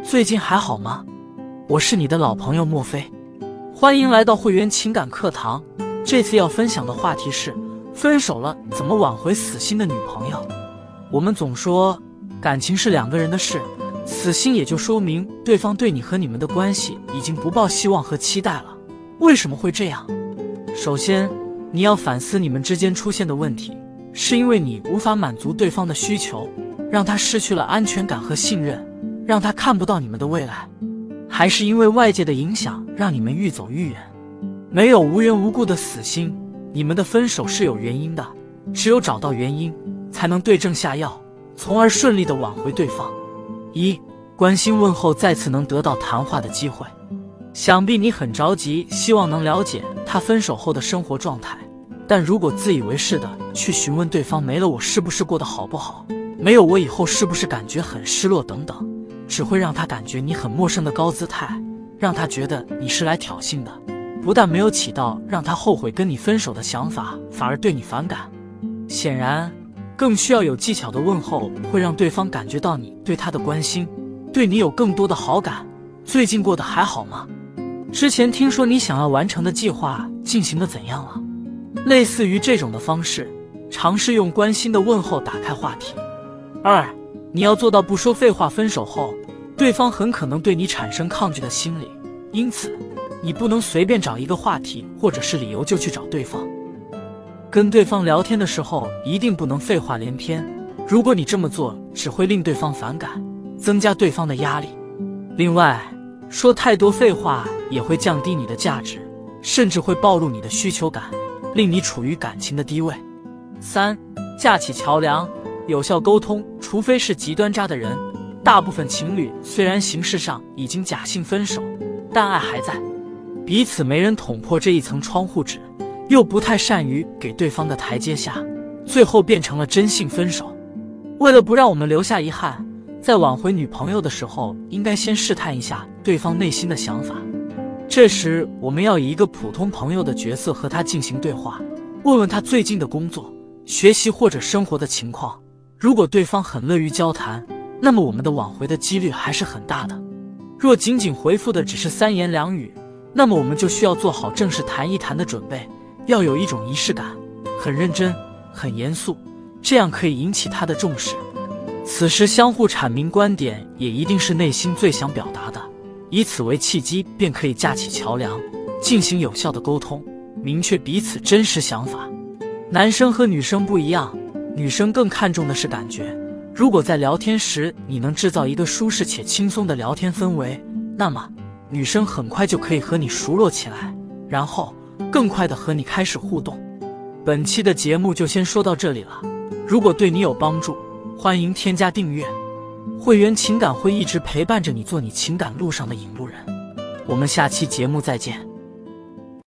最近还好吗？我是你的老朋友莫非，欢迎来到会员情感课堂。这次要分享的话题是分手了怎么挽回死心的女朋友。我们总说感情是两个人的事，死心也就说明对方对你和你们的关系已经不抱希望和期待了。为什么会这样？首先，你要反思你们之间出现的问题，是因为你无法满足对方的需求，让他失去了安全感和信任，让他看不到你们的未来，还是因为外界的影响让你们愈走愈远？没有无缘无故的死心，你们的分手是有原因的，只有找到原因，才能对症下药，从而顺利地挽回对方。一、关心问候再次能得到谈话的机会。想必你很着急，希望能了解他分手后的生活状态，但如果自以为是的去询问对方没了我是不是过得好不好，没有我以后是不是感觉很失落等等，只会让他感觉你很陌生的高姿态，让他觉得你是来挑衅的，不但没有起到让他后悔跟你分手的想法，反而对你反感。显然，更需要有技巧的问候会让对方感觉到你对他的关心，对你有更多的好感。最近过得还好吗？之前听说你想要完成的计划进行得怎样了？类似于这种的方式，尝试用关心的问候打开话题。二、你要做到不说废话。分手后，对方很可能对你产生抗拒的心理，因此你不能随便找一个话题或者是理由就去找对方。跟对方聊天的时候一定不能废话连篇，如果你这么做只会令对方反感，增加对方的压力。另外，说太多废话也会降低你的价值，甚至会暴露你的需求感，令你处于感情的低位。三、架起桥梁，有效沟通。除非是极端渣的人，大部分情侣虽然形式上已经假性分手，但爱还在，彼此没人捅破这一层窗户纸，又不太善于给对方的台阶下，最后变成了真性分手。为了不让我们留下遗憾，在挽回女朋友的时候，应该先试探一下对方内心的想法。这时，我们要以一个普通朋友的角色和他进行对话，问问他最近的工作、学习或者生活的情况。如果对方很乐于交谈，那么我们的挽回的几率还是很大的。若仅仅回复的只是三言两语，那么我们就需要做好正式谈一谈的准备，要有一种仪式感，很认真、很严肃，这样可以引起他的重视。此时相互阐明观点，也一定是内心最想表达的，以此为契机，便可以架起桥梁，进行有效的沟通，明确彼此真实想法。男生和女生不一样，女生更看重的是感觉。如果在聊天时你能制造一个舒适且轻松的聊天氛围，那么女生很快就可以和你熟络起来，然后更快地和你开始互动。本期的节目就先说到这里了，如果对你有帮助，欢迎添加订阅。会员情感会一直陪伴着你，做你情感路上的引路人。我们下期节目再见。